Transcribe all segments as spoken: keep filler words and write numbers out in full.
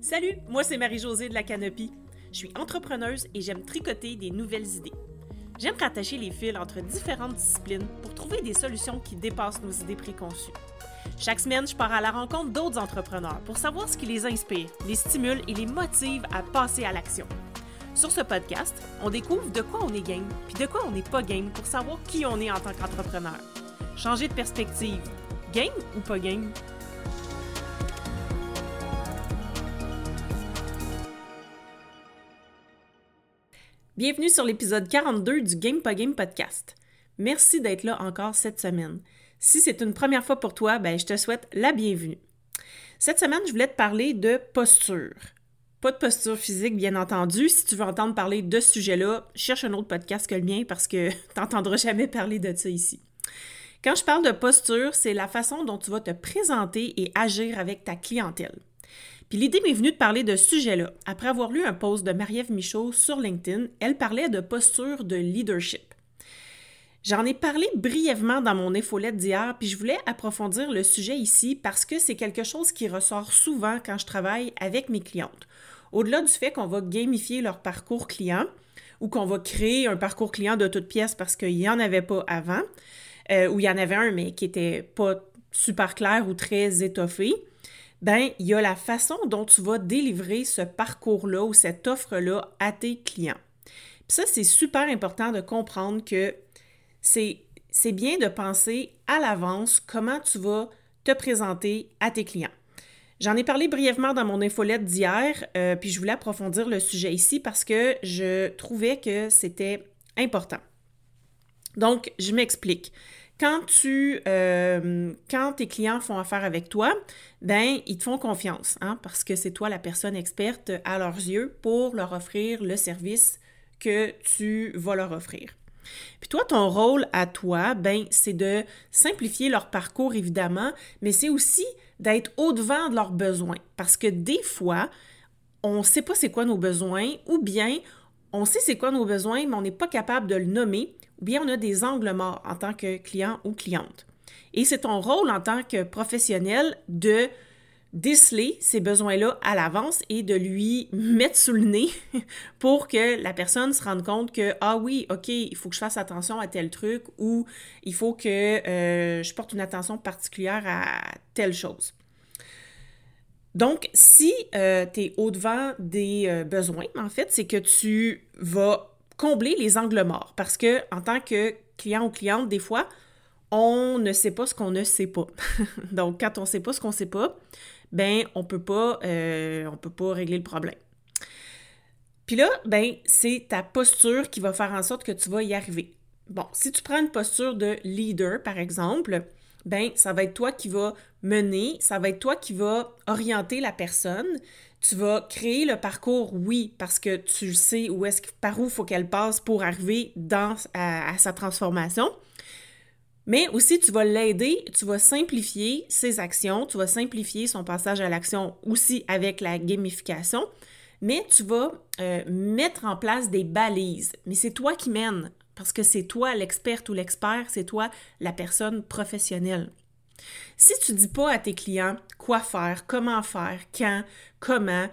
Salut, moi c'est Marie-Josée de la Canopy. Je suis entrepreneuse et j'aime tricoter des nouvelles idées. J'aime rattacher les fils entre différentes disciplines pour trouver des solutions qui dépassent nos idées préconçues. Chaque semaine, je pars à la rencontre d'autres entrepreneurs pour savoir ce qui les inspire, les stimule et les motive à passer à l'action. Sur ce podcast, on découvre de quoi on est game, puis de quoi on n'est pas game pour savoir qui on est en tant qu'entrepreneur. Changer de perspective, game ou pas game? Bienvenue sur l'épisode quarante-deux du Game Pas Game podcast. Merci d'être là encore cette semaine. Si c'est une première fois pour toi, ben je te souhaite la bienvenue. Cette semaine, je voulais te parler de posture. Pas de posture physique, bien entendu. Si tu veux entendre parler de ce sujet-là, cherche un autre podcast que le mien parce que tu n'entendras jamais parler de ça ici. Quand je parle de posture, c'est la façon dont tu vas te présenter et agir avec ta clientèle. Puis l'idée m'est venue de parler de ce sujet-là. Après avoir lu un post de Marie-Ève Michaud sur LinkedIn, elle parlait de posture de leadership. J'en ai parlé brièvement dans mon infolette d'hier, puis je voulais approfondir le sujet ici parce que c'est quelque chose qui ressort souvent quand je travaille avec mes clientes. Au-delà du fait qu'on va gamifier leur parcours client ou qu'on va créer un parcours client de toutes pièces parce qu'il n'y en avait pas avant, euh, ou il y en avait un mais qui n'était pas super clair ou très étoffé, ben il y a la façon dont tu vas délivrer ce parcours-là ou cette offre-là à tes clients. Puis ça, c'est super important de comprendre que c'est, c'est bien de penser à l'avance comment tu vas te présenter à tes clients. J'en ai parlé brièvement dans mon infolette d'hier, euh, puis je voulais approfondir le sujet ici parce que je trouvais que c'était important. Donc, je m'explique. Quand tu, euh, quand tes clients font affaire avec toi, ben ils te font confiance, hein, parce que c'est toi la personne experte à leurs yeux pour leur offrir le service que tu vas leur offrir. Puis toi, ton rôle à toi, ben c'est de simplifier leur parcours évidemment, mais c'est aussi d'être au-devant de leurs besoins, parce que des fois, on ne sait pas c'est quoi nos besoins, ou bien on sait c'est quoi nos besoins, mais on n'est pas capable de le nommer, ou bien on a des angles morts en tant que client ou cliente. Et c'est ton rôle en tant que professionnel de déceler ces besoins-là à l'avance et de lui mettre sous le nez pour que la personne se rende compte que « Ah oui, OK, il faut que je fasse attention à tel truc » ou « Il faut que euh, je porte une attention particulière à telle chose ». Donc, si euh, tu es au-devant des euh, besoins, en fait, c'est que tu vas combler les angles morts parce que en tant que client ou cliente, des fois, on ne sait pas ce qu'on ne sait pas. Donc, quand on ne sait pas ce qu'on ne sait pas, ben on peut pas, euh, on peut pas régler le problème. Puis là, ben c'est ta posture qui va faire en sorte que tu vas y arriver. Bon, si tu prends une posture de leader, par exemple, ben ça va être toi qui va mener, ça va être toi qui va orienter la personne. Tu vas créer le parcours, oui, parce que tu sais où est-ce, par où il faut qu'elle passe pour arriver dans, à, à sa transformation. Mais aussi, tu vas l'aider, tu vas simplifier ses actions, tu vas simplifier son passage à l'action aussi avec la gamification, mais tu vas euh, mettre en place des balises. Mais c'est toi qui mènes, parce que c'est toi l'experte ou l'expert, c'est toi la personne professionnelle. Si tu ne dis pas à tes clients quoi faire, comment faire, quand, comment,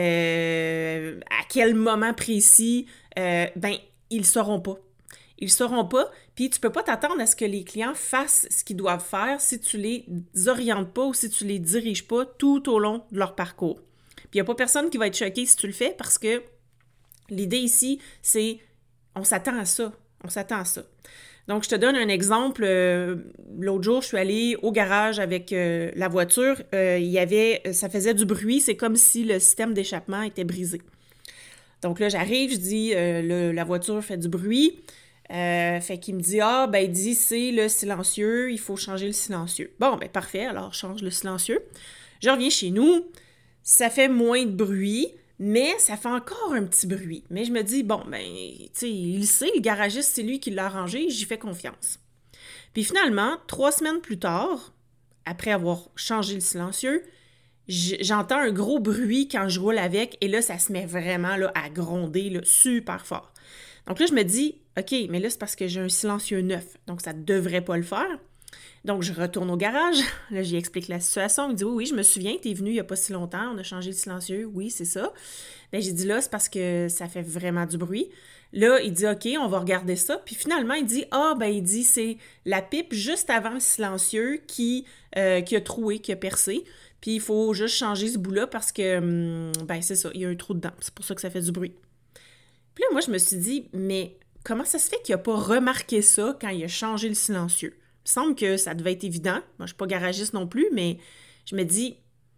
euh, à quel moment précis, euh, ben ils ne sauront pas. Ils ne sauront pas, puis tu ne peux pas t'attendre à ce que les clients fassent ce qu'ils doivent faire si tu ne les orientes pas ou si tu ne les diriges pas tout au long de leur parcours. Puis il n'y a pas personne qui va être choqué si tu le fais parce que l'idée ici, c'est on s'attend à ça. On s'attend à ça. Donc, je te donne un exemple. Euh, l'autre jour, je suis allée au garage avec euh, la voiture. Euh, il y avait, ça faisait du bruit. C'est comme si le système d'échappement était brisé. Donc là, j'arrive, je dis, euh, le, la voiture fait du bruit. Euh, fait qu'il me dit, ah, ben, il dit, c'est le silencieux, il faut changer le silencieux. Bon, ben, parfait, alors je change le silencieux. Je reviens chez nous, ça fait moins de bruit, mais ça fait encore un petit bruit. Mais je me dis, bon, ben, tu sais, il sait, le garagiste, c'est lui qui l'a arrangé, j'y fais confiance. Puis finalement, trois semaines plus tard, après avoir changé le silencieux, j'entends un gros bruit quand je roule avec, et là, ça se met vraiment là, à gronder là, super fort. Donc là, je me dis, OK, mais là, c'est parce que j'ai un silencieux neuf, donc ça ne devrait pas le faire. Donc, je retourne au garage. Là, j'y explique la situation. Il me dit, oui, oui, je me souviens, t'es venu il n'y a pas si longtemps, on a changé le silencieux. Oui, c'est ça. Bien, j'ai dit là, c'est parce que ça fait vraiment du bruit. Là, il dit, OK, on va regarder ça. Puis finalement, il dit, ah, ben, il dit, c'est la pipe juste avant le silencieux qui, euh, qui a troué, qui a percé. Puis il faut juste changer ce bout-là parce que, hum, ben, c'est ça, il y a un trou dedans. C'est pour ça que ça fait du bruit. Puis là, moi, je me suis dit, mais comment ça se fait qu'il n'a pas remarqué ça quand il a changé le silencieux? Il me semble que ça devait être évident. Moi, je ne suis pas garagiste non plus, mais je me dis,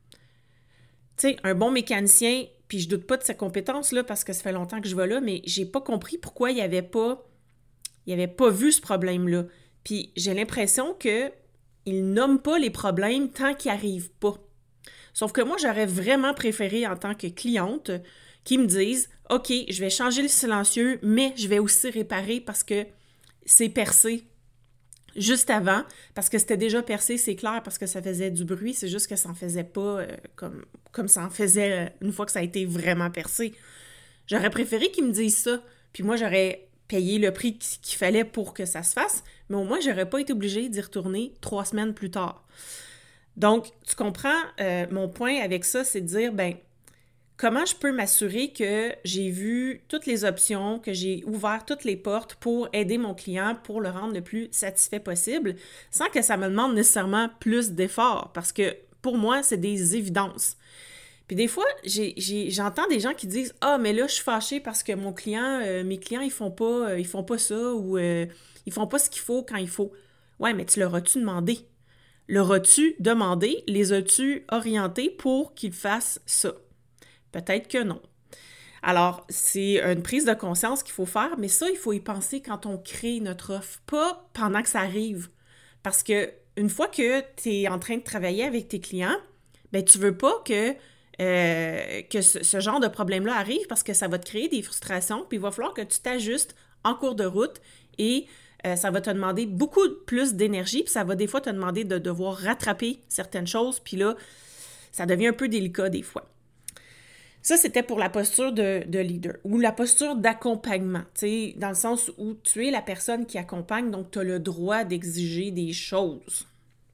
tu sais, un bon mécanicien, puis je doute pas de sa compétence, là, parce que ça fait longtemps que je vais là, mais j'ai pas compris pourquoi il avait pas, il avait pas vu ce problème-là. Puis j'ai l'impression que il nomme pas les problèmes tant qu'ils arrivent pas. Sauf que moi, j'aurais vraiment préféré, en tant que cliente, qu'ils me disent « OK, je vais changer le silencieux, mais je vais aussi réparer parce que c'est percé juste avant, parce que c'était déjà percé, c'est clair, parce que ça faisait du bruit, c'est juste que ça en faisait pas euh, comme, comme ça en faisait euh, une fois que ça a été vraiment percé. » J'aurais préféré qu'ils me disent ça, puis moi, j'aurais payé le prix qu'il fallait pour que ça se fasse, mais au moins, j'aurais pas été obligée d'y retourner trois semaines plus tard. Donc, tu comprends, euh, mon point avec ça, c'est de dire, ben, comment je peux m'assurer que j'ai vu toutes les options, que j'ai ouvert toutes les portes pour aider mon client, pour le rendre le plus satisfait possible, sans que ça me demande nécessairement plus d'efforts, parce que pour moi, c'est des évidences. Puis des fois, j'ai, j'ai, j'entends des gens qui disent « Ah, mais là, je suis fâchée parce que mon client, euh, mes clients, ils font pas, euh, ils font pas ça ou euh, ils font pas ce qu'il faut quand il faut. » Ouais, mais tu leur as-tu demandé? Leur as-tu demandé? Les as-tu orientés pour qu'ils fassent ça? Peut-être que non. Alors, c'est une prise de conscience qu'il faut faire, mais ça, il faut y penser quand on crée notre offre, pas pendant que ça arrive. Parce que une fois que tu es en train de travailler avec tes clients, ben tu veux pas que, euh, que ce, ce genre de problème-là arrive parce que ça va te créer des frustrations, puis il va falloir que tu t'ajustes en cours de route et euh, ça va te demander beaucoup plus d'énergie, puis ça va des fois te demander de devoir rattraper certaines choses, puis là, ça devient un peu délicat des fois. Ça, c'était pour la posture de, de leader ou la posture d'accompagnement, tu sais, dans le sens où tu es la personne qui accompagne, donc tu as le droit d'exiger des choses.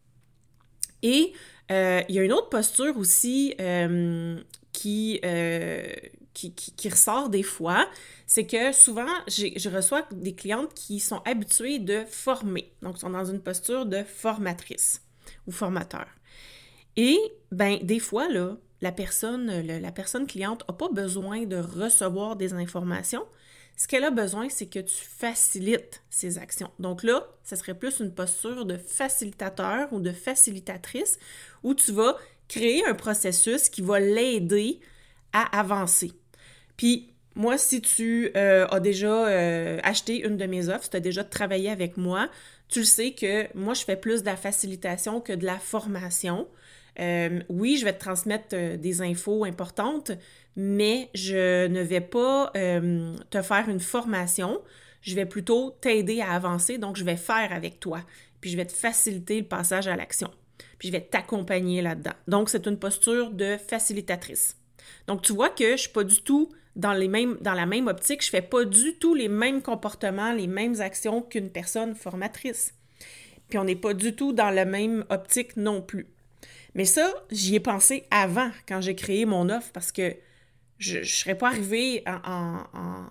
Et euh, il y a une autre posture aussi euh, qui, euh, qui, qui, qui ressort des fois, c'est que souvent, j'ai, je reçois des clientes qui sont habituées de former, donc sont dans une posture de formatrice ou formateur. Et, ben des fois, là, la personne, le, la personne cliente n'a pas besoin de recevoir des informations. Ce qu'elle a besoin, c'est que tu facilites ses actions. Donc là, ce serait plus une posture de facilitateur ou de facilitatrice où tu vas créer un processus qui va l'aider à avancer. Puis, moi, si tu euh, as déjà euh, acheté une de mes offres, si tu as déjà travaillé avec moi, tu le sais que moi, je fais plus de la facilitation que de la formation. Euh, oui, je vais te transmettre euh, des infos importantes, mais je ne vais pas euh, te faire une formation. Je vais plutôt t'aider à avancer, donc je vais faire avec toi. Puis je vais te faciliter le passage à l'action. Puis je vais t'accompagner là-dedans. Donc, c'est une posture de facilitatrice. Donc, tu vois que je ne suis pas du tout dans, les mêmes, dans la même optique. Je ne fais pas du tout les mêmes comportements, les mêmes actions qu'une personne formatrice. Puis on n'est pas du tout dans la même optique non plus. Mais ça, j'y ai pensé avant, quand j'ai créé mon offre, parce que je ne serais pas arrivée en, en, en,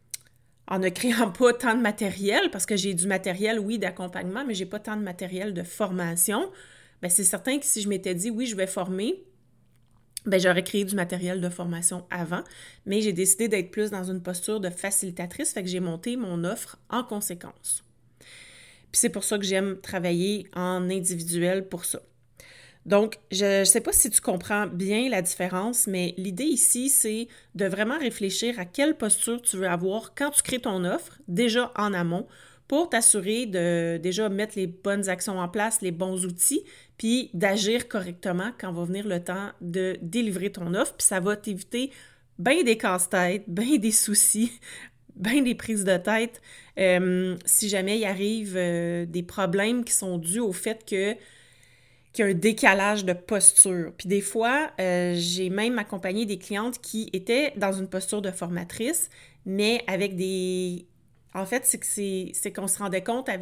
en ne créant pas tant de matériel, parce que j'ai du matériel, oui, d'accompagnement, mais je n'ai pas tant de matériel de formation. Bien, c'est certain que si je m'étais dit, oui, je vais former, bien, j'aurais créé du matériel de formation avant, mais j'ai décidé d'être plus dans une posture de facilitatrice, fait que j'ai monté mon offre en conséquence. Puis c'est pour ça que j'aime travailler en individuel pour ça. Donc, je ne sais pas si tu comprends bien la différence, mais l'idée ici, c'est de vraiment réfléchir à quelle posture tu veux avoir quand tu crées ton offre, déjà en amont, pour t'assurer de déjà mettre les bonnes actions en place, les bons outils, puis d'agir correctement quand va venir le temps de délivrer ton offre, puis ça va t'éviter bien des casse-têtes, bien des soucis, bien des prises de tête, euh, si jamais il arrive euh, des problèmes qui sont dus au fait que qu'il y a un décalage de posture. Puis des fois, euh, j'ai même accompagné des clientes qui étaient dans une posture de formatrice, mais avec des... En fait, c'est, que c'est, c'est qu'on se rendait compte avec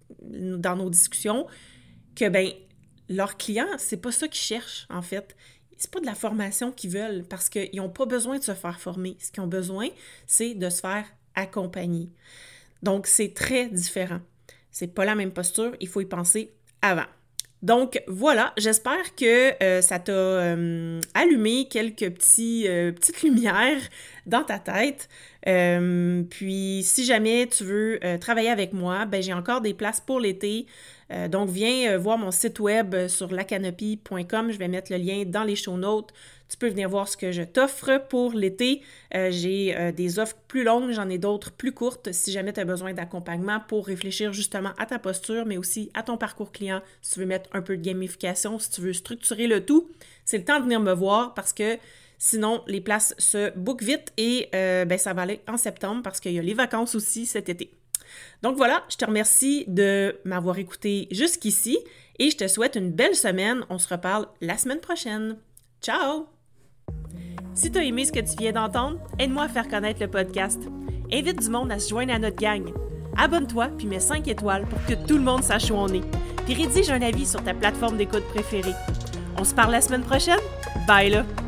dans nos discussions que, ben, leurs clients, c'est pas ça qu'ils cherchent, en fait. C'est pas de la formation qu'ils veulent parce qu'ils n'ont pas besoin de se faire former. Ce qu'ils ont besoin, c'est de se faire accompagner. Donc, c'est très différent. C'est pas la même posture, il faut y penser avant. Donc, voilà, j'espère que euh, ça t'a euh, allumé quelques petits, euh, petites lumières dans ta tête. Euh, puis, si jamais tu veux euh, travailler avec moi, ben j'ai encore des places pour l'été. Euh, donc, viens euh, voir mon site web sur la canopy point com. Je vais mettre le lien dans les show notes. Tu peux venir voir ce que je t'offre pour l'été. Euh, j'ai euh, des offres plus longues, j'en ai d'autres plus courtes si jamais tu as besoin d'accompagnement pour réfléchir justement à ta posture, mais aussi à ton parcours client. Si tu veux mettre un peu de gamification, si tu veux structurer le tout, c'est le temps de venir me voir parce que sinon, les places se bookent vite et euh, ben, ça va aller en septembre parce qu'il y a les vacances aussi cet été. Donc voilà, je te remercie de m'avoir écouté jusqu'ici et je te souhaite une belle semaine. On se reparle la semaine prochaine. Ciao! Si tu as aimé ce que tu viens d'entendre, aide-moi à faire connaître le podcast. Invite du monde à se joindre à notre gang. Abonne-toi puis mets cinq étoiles pour que tout le monde sache où on est. Puis rédige un avis sur ta plateforme d'écoute préférée. On se parle la semaine prochaine? Bye là!